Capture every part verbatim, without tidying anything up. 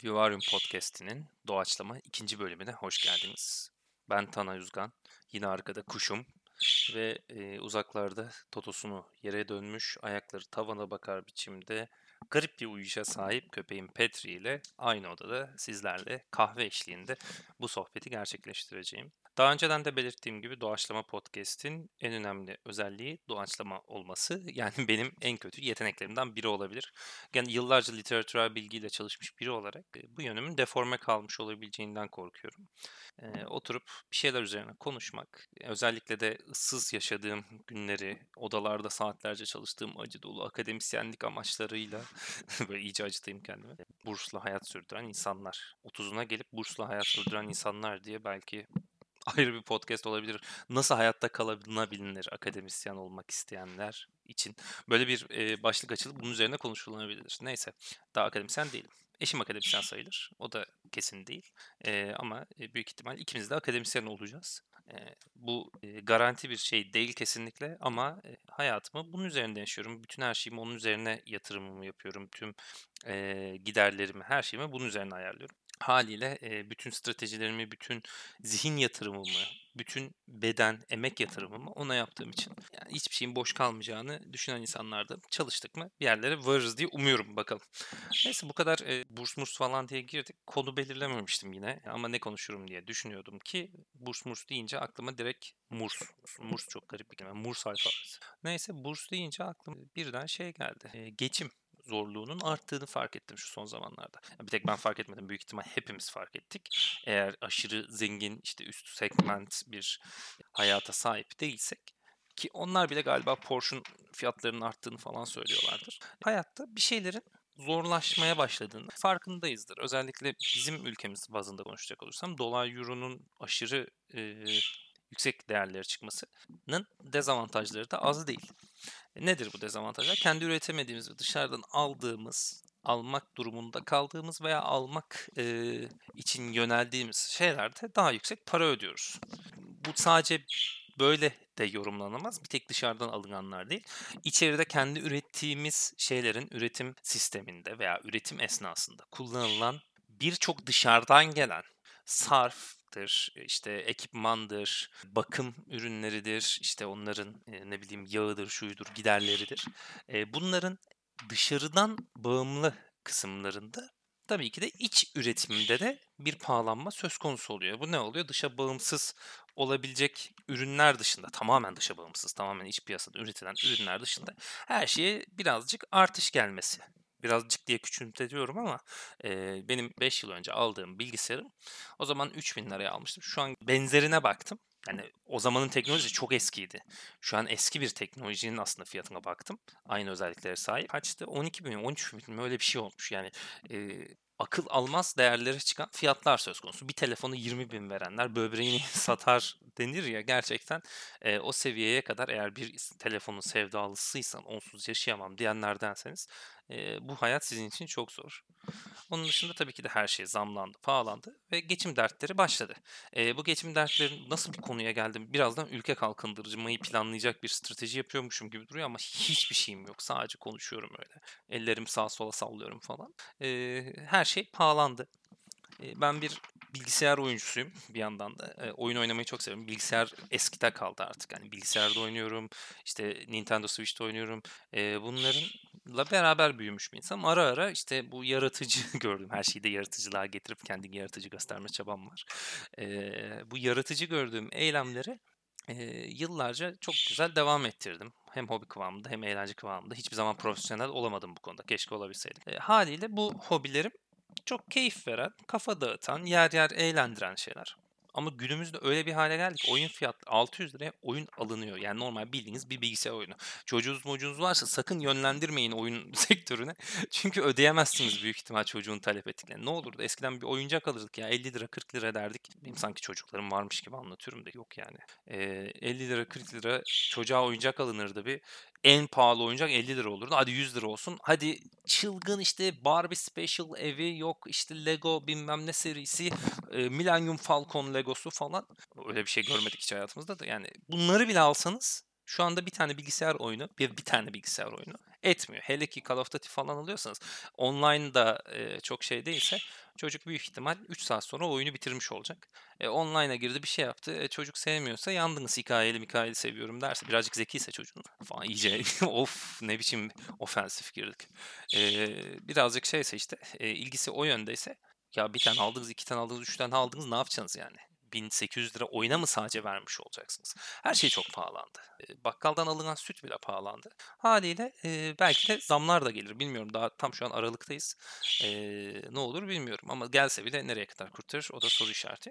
Vivarium Podcast'inin Doğaçlama ikinci bölümüne hoş geldiniz. Ben Tana Üzgan, yine arkada kuşum ve e, uzaklarda totosunu yere dönmüş, ayakları tavana bakar biçimde garip bir uyuşa sahip köpeğim Petri ile aynı odada sizlerle kahve eşliğinde bu sohbeti gerçekleştireceğim. Daha önceden de belirttiğim gibi Doğaçlama Podcast'in en önemli özelliği doğaçlama olması. Yani benim en kötü yeteneklerimden biri olabilir. Yani yıllarca literatürel bilgiyle çalışmış biri olarak e, bu yönümün deforme kalmış olabileceğinden korkuyorum. E, oturup bir şeyler üzerine konuşmak, e, özellikle de ıssız yaşadığım günleri, odalarda saatlerce çalıştığım acı dolu akademisyenlik amaçlarıyla böyle iyice acıtayım kendime. Bursla hayat sürdüren insanlar, otuzuna gelip bursla hayat sürdüren insanlar diye belki ayrı bir podcast olabilir. Nasıl hayatta kalınabilir akademisyen olmak isteyenler için. Böyle bir e, başlık açılıp bunun üzerine konuşulabilir. Neyse, daha akademisyen değilim. Eşim akademisyen sayılır. O da kesin değil. E, ama e, büyük ihtimal ikimiz de akademisyen olacağız. E, bu e, garanti bir şey değil kesinlikle ama e, hayatımı bunun üzerinde yaşıyorum. Bütün her şeyimi onun üzerine yatırımımı yapıyorum. Tüm e, giderlerimi, her şeyimi bunun üzerine ayarlıyorum. Haliyle e, bütün stratejilerimi, bütün zihin yatırımımı, bütün beden, emek yatırımımı ona yaptığım için yani hiçbir şeyin boş kalmayacağını düşünen insanlardan çalıştık mı bir yerlere varırız diye umuyorum bakalım. Neyse bu kadar e, burs murs falan diye girdik. Konu belirlememiştim yine ama ne konuşurum diye düşünüyordum ki burs murs deyince aklıma direkt Murs. Murs çok garip bir kelime. Murs alfabesi. Neyse burs deyince aklıma birden şey geldi. E, geçim zorluğunun arttığını fark ettim şu son zamanlarda. Bir tek ben fark etmedim. Büyük ihtimal hepimiz fark ettik. Eğer aşırı zengin, işte üst segment bir hayata sahip değilsek ki onlar bile galiba Porsche'un fiyatlarının arttığını falan söylüyorlardır. Hayatta bir şeylerin zorlaşmaya başladığını farkındayızdır. Özellikle bizim ülkemiz bazında konuşacak olursam dolar euronun aşırı e, yüksek değerleri çıkmasının dezavantajları da az değil. E, Nedir bu dezavantajlar? Kendi üretemediğimiz ve dışarıdan aldığımız, almak durumunda kaldığımız veya almak e, için yöneldiğimiz şeylerde daha yüksek para ödüyoruz. Bu sadece böyle de yorumlanamaz. Bir tek dışarıdan alınanlar değil. İçeride kendi ürettiğimiz şeylerin üretim sisteminde veya üretim esnasında kullanılan birçok dışarıdan gelen sarftır, işte ekipmandır, bakım ürünleridir, işte onların e, ne bileyim yağıdır, şuydur, giderleridir. E, bunların dışarıdan bağımlı kısımlarında tabii ki de iç üretimde de bir pahalanma söz konusu oluyor. Bu ne oluyor? Dışa bağımsız olabilecek ürünler dışında, tamamen dışa bağımsız, tamamen iç piyasada üretilen ürünler dışında her şeye birazcık artış gelmesi. Birazcık diye küçümsetiyorum ama e, benim beş yıl önce aldığım bilgisayarım o zaman üç bin liraya almıştım. Şu an benzerine baktım. Yani o zamanın teknolojisi çok eskiydi. Şu an eski bir teknolojinin aslında fiyatına baktım. Aynı özelliklere sahip. Kaçtı? on iki bin mi on üç bin mi öyle bir şey olmuş. Yani e, akıl almaz değerlere çıkan fiyatlar söz konusu. Bir telefonu yirmi bin verenler böbreğini satar denir ya, gerçekten e, o seviyeye kadar eğer bir telefonun sevdalısıysan, onsuz yaşayamam diyenlerdenseniz e, bu hayat sizin için çok zor. Onun dışında tabii ki de her şey zamlandı, pahalandı ve geçim dertleri başladı. Eee, bu geçim dertleri nasıl bir konuya geldim? Birazdan ülke kalkındırmayı planlayacak bir strateji yapıyormuşum gibi duruyor ama hiçbir şeyim yok. Sadece konuşuyorum öyle. Ellerim sağa sola sallıyorum falan. Eee, her şey pahalandı. Eee, ben bir bilgisayar oyuncusuyum bir yandan da. Eee, oyun oynamayı çok seviyorum. Bilgisayar eskide kaldı artık. Hani bilgisayarda oynuyorum, işte Nintendo Switch'te oynuyorum. Eee, bunlarınla beraber büyümüş bir insanım. Ara ara işte bu yaratıcı gördüm. Her şeyi de yaratıcılığa getirip kendini yaratıcı gösterme çabam var. Eee, bu yaratıcı gördüğüm eylemleri eee, yıllarca çok güzel devam ettirdim. Hem hobi kıvamında hem eğlence kıvamında. Hiçbir zaman profesyonel olamadım bu konuda. Keşke olabilseydim. Eee, haliyle bu hobilerim çok keyif veren, kafa dağıtan, yer yer eğlendiren şeyler. Ama günümüzde öyle bir hale geldik ki oyun fiyatı altı yüz liraya oyun alınıyor. Yani normal bildiğiniz bir bilgisayar oyunu. Çocuğunuz mocuğunuz varsa sakın yönlendirmeyin oyun sektörüne. Çünkü ödeyemezsiniz büyük ihtimal çocuğun talep ettiklerini. Ne olurdu? Eskiden bir oyuncak alırdık ya, elli lira kırk lira derdik. Benim sanki çocuklarım varmış gibi anlatıyorum da yok yani. Ee, elli lira kırk lira çocuğa oyuncak alınırdı bir. En pahalı oyuncak elli lira olurdu. Hadi yüz lira olsun. Hadi çılgın işte Barbie Special evi, yok işte Lego bilmem ne serisi, e, Millennium Falcon Legosu falan. Öyle bir şey görmedik hiç hayatımızda da. Yani bunları bile alsanız Şu anda bir tane bilgisayar oyunu, bir, bir tane bilgisayar oyunu etmiyor. Hele ki Call of Duty falan alıyorsanız online da e, çok şey değilse çocuk büyük ihtimal üç saat sonra oyunu bitirmiş olacak. E, online'a girdi bir şey yaptı. E, çocuk sevmiyorsa yandınız, hikayeli hikayeli seviyorum derse, birazcık zekiyse çocuğun falan iyice of ne biçim ofensif girdik. E, birazcık şeyse işte e, ilgisi o yöndeyse ya bir tane aldınız, iki tane aldınız, üç tane aldınız, ne yapacaksınız yani? bin sekiz yüz lira oyuna mı sadece vermiş olacaksınız? Her şey çok pahalandı. E, bakkaldan alınan süt bile pahalandı. Haliyle e, belki de zamlar da gelir. Bilmiyorum, daha tam şu an Aralık'tayız. E, ne olur bilmiyorum ama gelse bile nereye kadar kurtarır, o da soru işareti.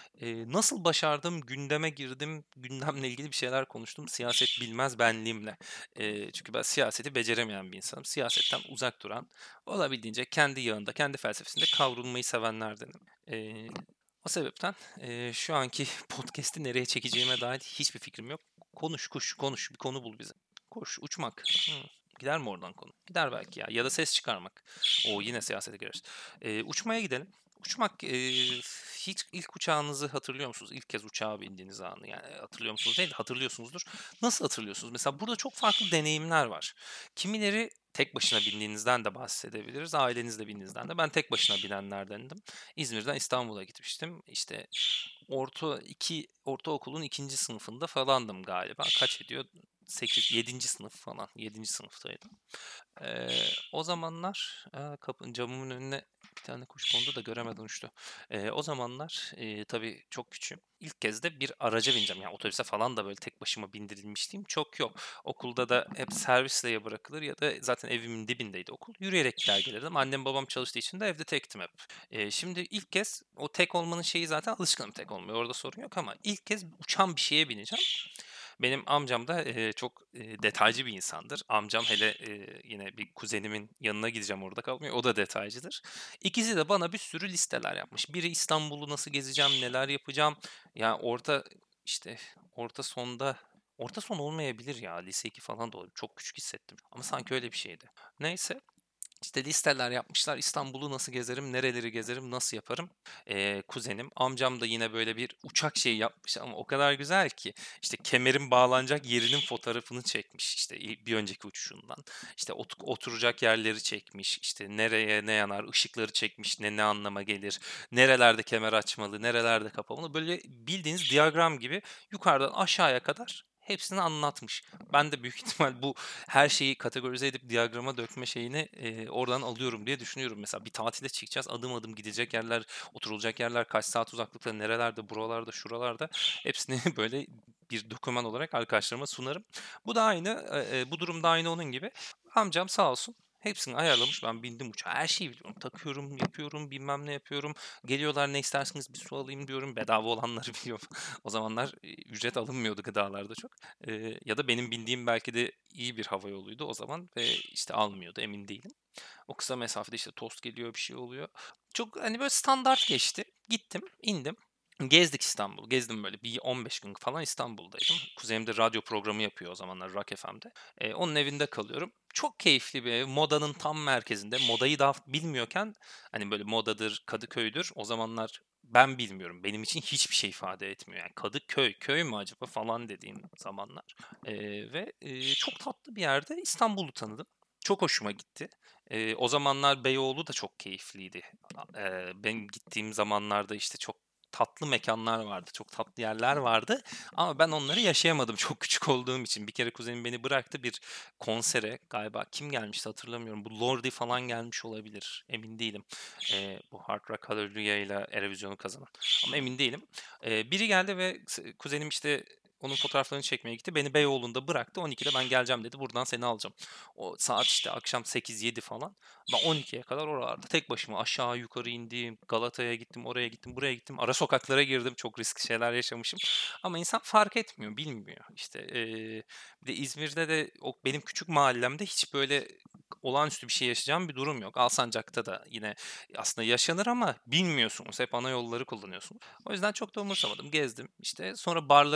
E, nasıl başardım? Gündeme girdim. Gündemle ilgili bir şeyler konuştum. Siyaset bilmez benliğimle. E, çünkü ben siyaseti beceremeyen bir insanım. Siyasetten uzak duran, olabildiğince kendi yağında, kendi felsefesinde kavrulmayı sevenlerdenim. E, o sebepten e, şu anki podcast'i nereye çekeceğime dair hiçbir fikrim yok. Konuş kuş, konuş. Bir konu bul bize. Koş, uçmak. Hı. Gider mi oradan konu? Gider belki ya. Ya da ses çıkarmak. O yine siyasete gireriz. E, uçmaya gidelim. Uçmak, e, hiç ilk uçağınızı hatırlıyor musunuz? İlk kez uçağa bindiğiniz anı. Yani hatırlıyor musunuz değil, hatırlıyorsunuzdur. Nasıl hatırlıyorsunuz? Mesela burada çok farklı deneyimler var. Kimileri tek başına bindiğinizden de bahsedebiliriz. Ailenizle bindiğinizden de. Ben tek başına binenlerdendim. İzmir'den İstanbul'a gitmiştim. İşte orta iki ortaokulun ikinci sınıfında falandım galiba. Kaç ediyor? sekiz, yedinci sınıf falan. Yedinci sınıftaydım. Ee, o zamanlar aa, kapının camımın önüne bir tane kuş kondu da göremeden uçtu. Ee, o zamanlar e, tabii çok küçüğüm. İlk kez de bir araca bineceğim. Yani otobüse falan da böyle tek başıma bindirilmişliğim çok yok. Okulda da hep servisle ya bırakılır ya da zaten evimin dibindeydi okul. Yürüyerek gider gelirdim. Annem babam çalıştığı için de evde tektim hep. Ee, şimdi ilk kez o tek olmanın şeyi, zaten alışkınım tek olmaya. Orada sorun yok ama ilk kez uçan bir şeye bineceğim. Benim amcam da eee, çok eee, detaycı bir insandır. Amcam hele eee, yine bir kuzenimin yanına gideceğim, orada kalmıyor. O da detaycıdır. İkisi de bana bir sürü listeler yapmış. Biri İstanbul'u nasıl gezeceğim, neler yapacağım. Ya orta işte orta sonda orta son olmayabilir ya. Lise iki falan da olabilir. Çok küçük hissettim. Ama sanki öyle bir şeydi. Neyse. İşte listeler yapmışlar. İstanbul'u nasıl gezerim, nereleri gezerim, nasıl yaparım? Ee, kuzenim, amcam da yine böyle bir uçak şeyi yapmış ama o kadar güzel ki. İşte kemerin bağlanacak yerinin fotoğrafını çekmiş. İşte il- bir önceki uçuşundan. İşte ot- oturacak yerleri çekmiş. İşte nereye ne yanar, ışıkları çekmiş, ne ne anlama gelir. Nerelerde kemer açmalı, nerelerde kapamalı. Böyle bildiğiniz diyagram gibi yukarıdan aşağıya kadar hepsini anlatmış. Ben de büyük ihtimal bu her şeyi kategorize edip diyagrama dökme şeyini e, oradan alıyorum diye düşünüyorum. Mesela bir tatile çıkacağız. Adım adım gidecek yerler, oturulacak yerler, kaç saat uzaklıkta, nerelerde, buralarda, şuralarda, hepsini böyle bir doküman olarak arkadaşlarıma sunarım. Bu da aynı, e, e, bu durumda aynı onun gibi. Amcam sağ olsun hepsini ayarlamış. Ben bindim uçağa. Her şeyi biliyorum. Takıyorum, yapıyorum, bilmem ne yapıyorum. Geliyorlar, ne istersiniz, bir su alayım diyorum. Bedava olanları biliyorum. O zamanlar e, ücret alınmıyordu gıdalarda çok. Eee, ya da benim bindiğim belki de iyi bir hava yoluydu o zaman ve işte almıyordu, emin değilim. O kısa mesafede işte tost geliyor, bir şey oluyor. Çok hani böyle standart geçti. Gittim, indim. Gezdik İstanbul. Gezdim böyle bir on beş gün falan İstanbul'daydım. Kuzenim de radyo programı yapıyor o zamanlar Rock F M'de. Ee, onun evinde kalıyorum. Çok keyifli bir ev. Modanın tam merkezinde. Modayı daha bilmiyorken hani böyle Moda'dır, Kadıköy'dür. O zamanlar ben bilmiyorum. Benim için hiçbir şey ifade etmiyor. Yani Kadıköy, köy mü acaba falan dediğim zamanlar. Ee, ve e, çok tatlı bir yerde İstanbul'u tanıdım. Çok hoşuma gitti. Eee, o zamanlar Beyoğlu da çok keyifliydi. Eee, benim gittiğim zamanlarda işte çok tatlı mekanlar vardı, çok tatlı yerler vardı ama ben onları yaşayamadım çok küçük olduğum için. Bir kere kuzenim beni bıraktı bir konsere, galiba kim gelmişti hatırlamıyorum. Bu Lordi falan gelmiş olabilir, emin değilim. Eee, bu Hard Rock Hallelujah ile Eurovision'u kazanan, ama emin değilim. Eee, biri geldi ve s- kuzenim işte onun fotoğraflarını çekmeye gitti. Beni Beyoğlu'nda bıraktı. on ikide ben geleceğim dedi. Buradan seni alacağım. O saat işte akşam sekiz yedi falan. Ben on ikiye kadar oralarda tek başıma aşağı yukarı indim. Galata'ya gittim, oraya gittim, buraya gittim. Ara sokaklara girdim. Çok riskli şeyler yaşamışım. Ama insan fark etmiyor, bilmiyor. İşte eee, bir de İzmir'de de o benim küçük mahallemde hiç böyle olağanüstü bir şey yaşayacağım bir durum yok. Alsancak'ta da yine aslında yaşanır ama bilmiyorsunuz. Hep ana yolları kullanıyorsunuz. O yüzden çok da umursamadım. Gezdim. İşte sonra barlara girmeye çalıştım.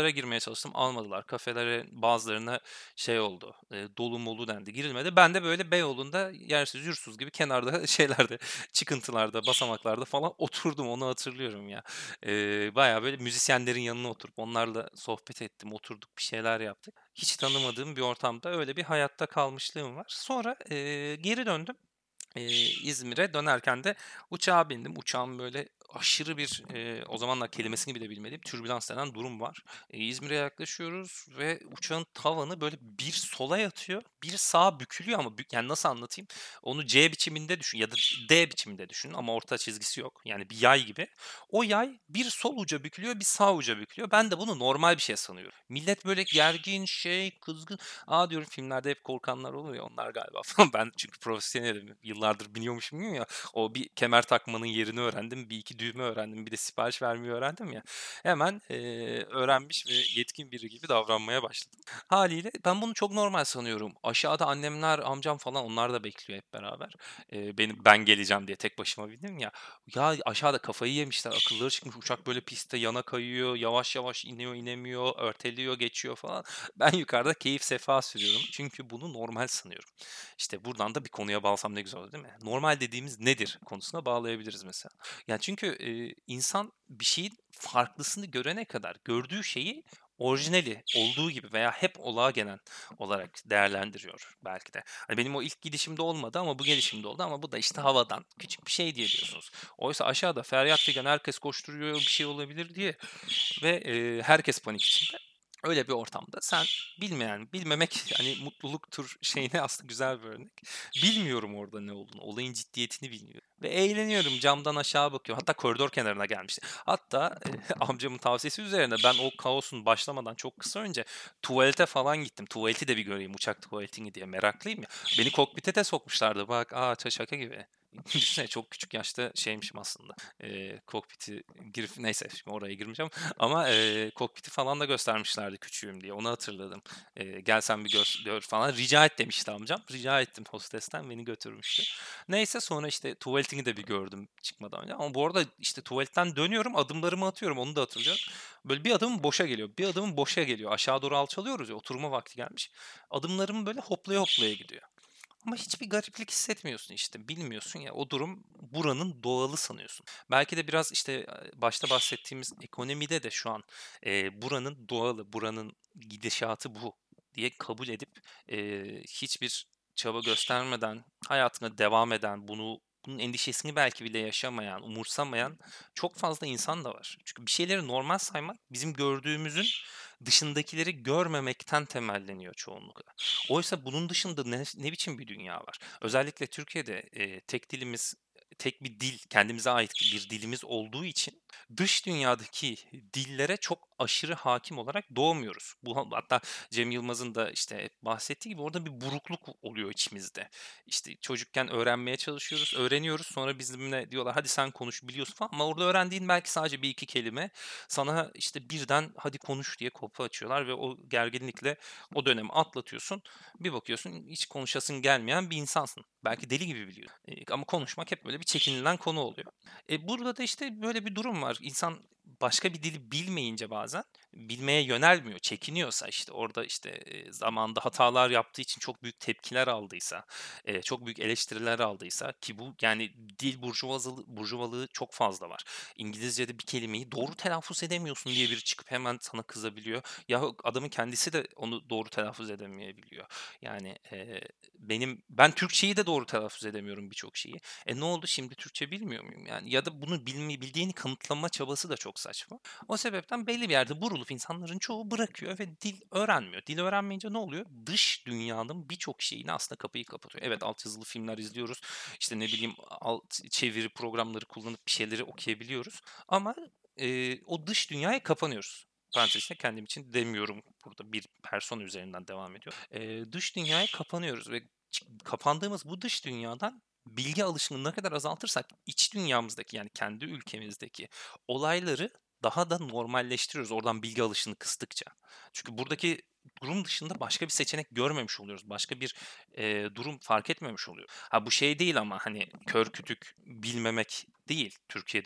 çalıştım. Almadılar. Kafelere bazılarına şey oldu, eee, dolu molu dendi, girilmedi. Ben de böyle Beyoğlu'nda yersiz yursuz gibi kenarda şeylerde, çıkıntılarda, basamaklarda falan oturdum. Onu hatırlıyorum ya. Eee, bayağı böyle müzisyenlerin yanına oturup onlarla sohbet ettim, oturduk, bir şeyler yaptık. Hiç tanımadığım bir ortamda öyle bir hayatta kalmışlığım var. Sonra, eee, geri döndüm. Eee, İzmir'e dönerken de uçağa bindim. Uçağın böyle aşırı bir, eee, o zamanlar kelimesini bile bilmediğim türbülans denen durum var. Eee, İzmir'e yaklaşıyoruz ve uçağın tavanı böyle bir sola yatıyor, bir sağa bükülüyor ama bük yani nasıl anlatayım? Onu C biçiminde düşün ya da D biçiminde düşün ama orta çizgisi yok. Yani bir yay gibi. O yay bir sol uca bükülüyor, bir sağ uca bükülüyor. Ben de bunu normal bir şey sanıyorum. Millet böyle gergin, şey, kızgın. Aa diyorum filmlerde hep korkanlar oluyor ya onlar galiba falan. Ben çünkü profesyonelim. Yıllardır biniyormuşum ya. O bir kemer takmanın yerini öğrendim. Bir iki düğme öğrendim. Bir de sipariş vermeyi öğrendim ya. Hemen eee, öğrenmiş ve yetkin biri gibi davranmaya başladım. Haliyle ben bunu çok normal sanıyorum. Aşağıda annemler, amcam falan onlar da bekliyor hep beraber. Eee, benim ben geleceğim diye tek başıma bindim ya. Ya aşağıda kafayı yemişler. Akılları çıkmış. Uçak böyle pistte yana kayıyor. Yavaş yavaş iniyor, inemiyor, örteliyor, geçiyor falan. Ben yukarıda keyif sefa sürüyorum. Çünkü bunu normal sanıyorum. İşte buradan da bir konuya bağlasam ne güzel olur değil mi? Normal dediğimiz nedir konusuna bağlayabiliriz mesela. Yani çünkü e, insan bir şeyin farklısını görene kadar gördüğü şeyi orijinali olduğu gibi veya hep olağa gelen olarak değerlendiriyor belki de. Hani benim o ilk gidişimde olmadı ama bu gelişimde oldu ama bu da işte havadan küçük bir şey diye diyorsunuz. Oysa aşağıda feryat figan herkes koşturuyor bir şey olabilir diye ve e, herkes panik içinde. Öyle bir ortamda sen bilmeyen, bilmemek hani mutluluktur şeyine aslında güzel bir örnek. Bilmiyorum orada ne olduğunu, olayın ciddiyetini bilmiyorum. Ve eğleniyorum camdan aşağı bakıyorum. Hatta koridor kenarına gelmişti. Hatta e, amcamın tavsiyesi üzerine ben o kaosun başlamadan çok kısa önce tuvalete falan gittim. Tuvaleti de bir göreyim uçak tuvaletini diye meraklıyım ya. Beni kokpite de sokmuşlardı bak aa şaka gibi. Düşünsene çok küçük yaşta şeymişim aslında. E, kokpiti girip neyse şimdi oraya girmeyeceğim. Ama e, kokpiti falan da göstermişlerdi küçüğüm diye. Onu hatırladım. E, gel sen bir gör, gör falan. Rica et demişti amcam. Rica ettim hostesten beni götürmüştü. Neyse sonra işte tuvaletini de bir gördüm çıkmadan önce. Ama bu arada işte tuvaletten dönüyorum adımlarımı atıyorum onu da hatırlıyorum. Böyle bir adımım boşa geliyor. Bir adımım boşa geliyor. Aşağı doğru alçalıyoruz ya oturma vakti gelmiş. Adımlarım böyle hoplaya hoplaya gidiyor. Ama hiçbir gariplik hissetmiyorsun işte. Bilmiyorsun ya. O durum buranın doğalı sanıyorsun. Belki de biraz işte başta bahsettiğimiz ekonomide de şu an e, buranın doğalı, buranın gidişatı bu diye kabul edip e, hiçbir çaba göstermeden hayatına devam eden, bunu bunun endişesini belki bile yaşamayan, umursamayan çok fazla insan da var. Çünkü bir şeyleri normal saymak bizim gördüğümüzün dışındakileri görmemekten temelleniyor çoğunlukla. Oysa bunun dışında ne, ne biçim bir dünya var? Özellikle Türkiye'de e, tek dilimiz, tek bir dil, kendimize ait bir dilimiz olduğu için dış dünyadaki dillere çok aşırı hakim olarak doğmuyoruz. Bu hatta Cem Yılmaz'ın da işte bahsettiği gibi orada bir burukluk oluyor içimizde. İşte çocukken öğrenmeye çalışıyoruz, öğreniyoruz. Sonra bizimle diyorlar hadi sen konuş biliyorsun falan. Ama orada öğrendiğin belki sadece bir iki kelime. Sana işte birden hadi konuş diye kapı açıyorlar ve o gerginlikle o dönemi atlatıyorsun. Bir bakıyorsun hiç konuşasın gelmeyen bir insansın. Belki deli gibi biliyor. E, ama konuşmak hep böyle bir çekinilen konu oluyor. E, burada da işte böyle bir durum var. İnsan başka bir dili bilmeyince bazen bilmeye yönelmiyor, çekiniyorsa işte orada işte e, zamanında hatalar yaptığı için çok büyük tepkiler aldıysa, e, çok büyük eleştiriler aldıysa ki bu yani dil burjuvazalı, burjuvalığı çok fazla var. İngilizce'de bir kelimeyi doğru telaffuz edemiyorsun diye biri çıkıp hemen sana kızabiliyor. Ya adamın kendisi de onu doğru telaffuz edemeyebiliyor. Yani e, benim ben Türkçeyi de doğru telaffuz edemiyorum birçok şeyi. E ne oldu şimdi Türkçe bilmiyor muyum yani? Ya da bunu bilmi, bildiğini kanıtlama çabası da çok saçma. O sebepten belli bir yerde burulup insanların çoğu bırakıyor ve dil öğrenmiyor. Dil öğrenmeyince ne oluyor? Dış dünyanın birçok şeyini aslında kapıyı kapatıyor. Evet altyazılı filmler izliyoruz. İşte ne bileyim alt çeviri programları kullanıp bir şeyleri okuyabiliyoruz. Ama e, o dış dünyaya kapanıyoruz. Parantez içinde kendim için demiyorum burada bir persona üzerinden devam ediyor. E, dış dünyaya kapanıyoruz ve kapandığımız bu dış dünyadan bilgi alışını ne kadar azaltırsak iç dünyamızdaki yani kendi ülkemizdeki olayları daha da normalleştiriyoruz oradan bilgi alışını kıstıkça. Çünkü buradaki durum dışında başka bir seçenek görmemiş oluyoruz. Başka bir e, durum fark etmemiş oluyor. Ha bu şey değil ama hani kör kütük bilmemek değil Türkiye'deki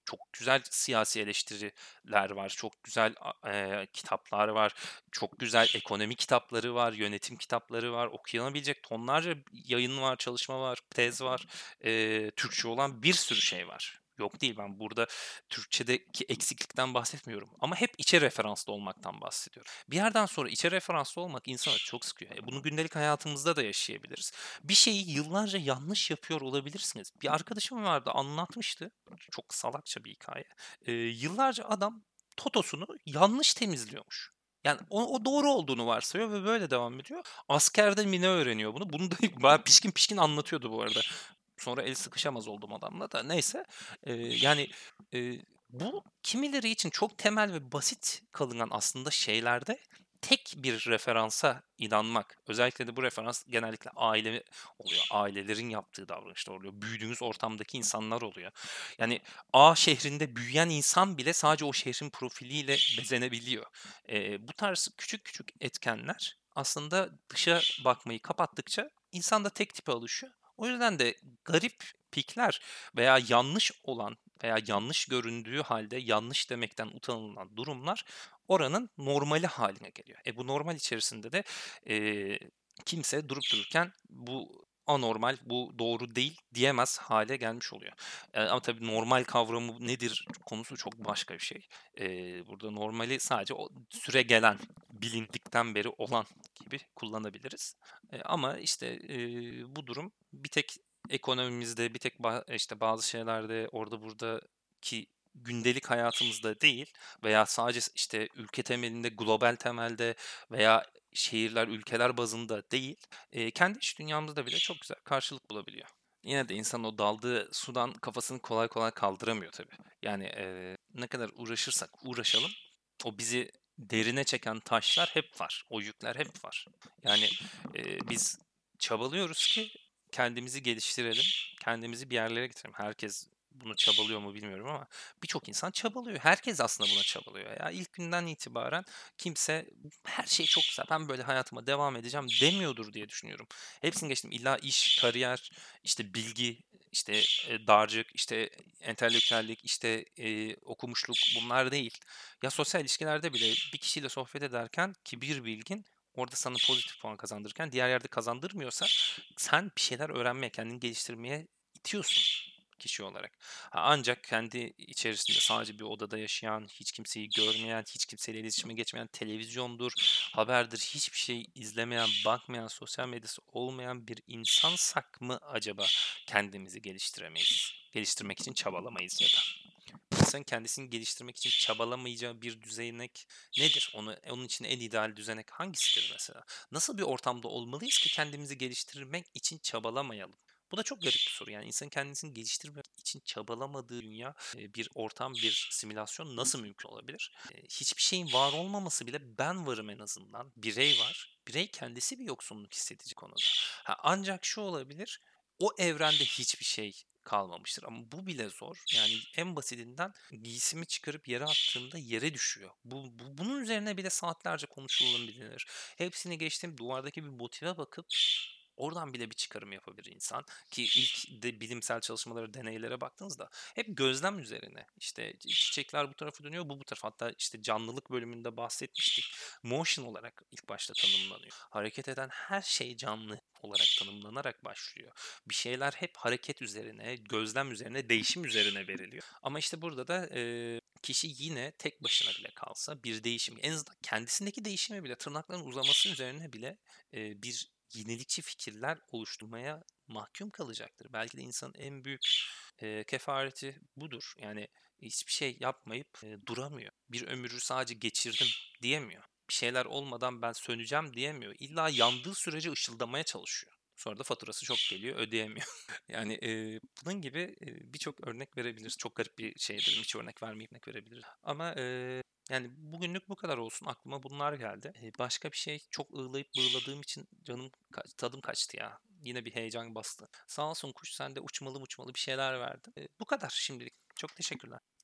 çok güzel siyasi eleştiriler var, çok güzel a eee, kitaplar var, çok güzel ekonomi kitapları var, yönetim kitapları var, okunabilecek tonlarca yayın var, çalışma var, tez var. Eee, Türkçe olan bir sürü şey var. Yok değil, ben burada Türkçedeki eksiklikten bahsetmiyorum ama hep içe referanslı olmaktan bahsediyorum. Bir yerden sonra içe referanslı olmak insanı çok sıkıyor. E, bunu gündelik hayatımızda da yaşayabiliriz. Bir şeyi yıllarca yanlış yapıyor olabilirsiniz. Bir arkadaşım vardı, anlatmıştı. Çok salakça bir hikaye. Eee, yıllarca adam totosunu yanlış temizliyormuş. Yani o, o doğru olduğunu varsayıyor ve böyle devam ediyor. Askerde mi ne öğreniyor bunu? Bunu da bayağı pişkin pişkin anlatıyordu bu arada. Sonra el sıkışamaz oldum adamla da. Neyse. Eee, yani eee, bu kimileri için çok temel ve basit kalınan aslında şeylerde tek bir referansa inanmak. Özellikle de bu referans genellikle aile oluyor. Ailelerin yaptığı davranışlar oluyor. Büyüdüğünüz ortamdaki insanlar oluyor. Yani A şehrinde büyüyen insan bile sadece o şehrin profiliyle bezenebiliyor. Eee, bu tarz küçük küçük etkenler aslında dışa bakmayı kapattıkça insan da tek tipe alışıyor. O yüzden de garip pikler veya yanlış olan veya yanlış göründüğü halde yanlış demekten utanılan durumlar oranın normali haline geliyor. E bu normal içerisinde de eee, kimse durup dururken bu anormal, bu doğru değil diyemez hale gelmiş oluyor. E, ama tabii normal kavramı nedir konusu çok başka bir şey. Eee, burada normali sadece o süre gelen, bilindikten beri olan gibi kullanabiliriz. E, ama işte eee, bu durum bir tek ekonomimizde, bir tek ba- işte bazı şeylerde orada buradaki gündelik hayatımızda değil veya sadece işte ülke temelinde, global temelde veya şehirler, ülkeler bazında değil, e, kendi iç dünyamızda bile çok güzel karşılık bulabiliyor. Yine de insan o daldığı sudan kafasını kolay kolay kaldıramıyor tabii. Yani e, ne kadar uğraşırsak uğraşalım, o bizi derine çeken taşlar hep var. O yükler hep var. Yani e, biz çabalıyoruz ki kendimizi geliştirelim, kendimizi bir yerlere getirelim. Herkes bunu çabalıyor mu bilmiyorum ama birçok insan çabalıyor. Herkes aslında buna çabalıyor ya. İlk günden itibaren kimse her şey çok güzel, ben böyle hayatıma devam edeceğim demiyordur diye düşünüyorum. Hepsini geçtim. İlla iş, kariyer, işte bilgi, işte e, dağarcık, işte entelektüellik, işte e, okumuşluk, bunlar değil. Ya sosyal ilişkilerde bile bir kişiyle sohbet ederken ki bir bilgin orada sana pozitif puan kazandırırken diğer yerde kazandırmıyorsa sen bir şeyler öğrenmeye, kendini geliştirmeye itiyorsun kişi olarak. Ha, ancak kendi içerisinde sadece bir odada yaşayan, hiç kimseyi görmeyen, hiç kimseyle iletişime geçmeyen, televizyondur, haberdir, hiçbir şey izlemeyen, bakmayan, sosyal medyası olmayan bir insansak mı acaba kendimizi geliştiremeyiz? Geliştirmek için çabalamayız ya da. İnsanın kendisini geliştirmek için çabalamayacağı bir düzenek nedir? Onu, onun için en ideal düzenek hangisidir mesela? Nasıl bir ortamda olmalıyız ki kendimizi geliştirmek için çabalamayalım? Bu da çok garip bir soru. Yani insanın kendisini geliştirmek için çabalamadığı dünya, e, bir ortam, bir simülasyon nasıl mümkün olabilir? E, Hiçbir şeyin var olmaması bile ben varım en azından. Birey var. Birey kendisi bir yoksunluk hissedecek konuda. Ha, ancak şu olabilir. O evrende hiçbir şey kalmamıştır. Ama bu bile zor. Yani en basitinden giysimi çıkarıp yere attığımda yere düşüyor. Bu, bu- bunun üzerine bile saatlerce konuşulabilir. Hepsini geçtim. Duvardaki bir motive bakıp oradan bile bir çıkarım yapabilir insan. Ki ilk de bilimsel çalışmalara, deneylere baktığınızda hep gözlem üzerine. İşte çiçekler bu tarafa dönüyor, bu bu tarafa. Hatta işte canlılık bölümünde bahsetmiştik. Motion olarak ilk başta tanımlanıyor. Hareket eden her şey canlı olarak tanımlanarak başlıyor. Bir şeyler hep hareket üzerine, gözlem üzerine, değişim üzerine veriliyor. Ama işte burada da e, kişi yine tek başına bile kalsa bir değişim, en azından kendisindeki değişime bile, tırnakların uzaması üzerine bile e, bir yenilikçi fikirler oluşturmaya mahkum kalacaktır. Belki de insanın en büyük e, kefareti budur. Yani hiçbir şey yapmayıp e, duramıyor. Bir ömrü sadece geçirdim diyemiyor. Bir şeyler olmadan ben söneceğim diyemiyor. İlla yandığı sürece ışıldamaya çalışıyor. Sonra da faturası çok geliyor, ödeyemiyor. Yani e, bunun gibi e, birçok örnek verebiliriz. Çok garip bir şey dedim, hiç örnek vermeyip örnek verebiliriz. Ama e, yani bugünlük bu kadar olsun. Aklıma bunlar geldi. E, başka bir şey çok ığlayıp bağladığım için canım ka- tadım kaçtı ya. Yine bir heyecan bastı. Sağ olsun kuş, sen de uçmalı uçmalı bir şeyler verdin. E, bu kadar şimdilik. Çok teşekkürler.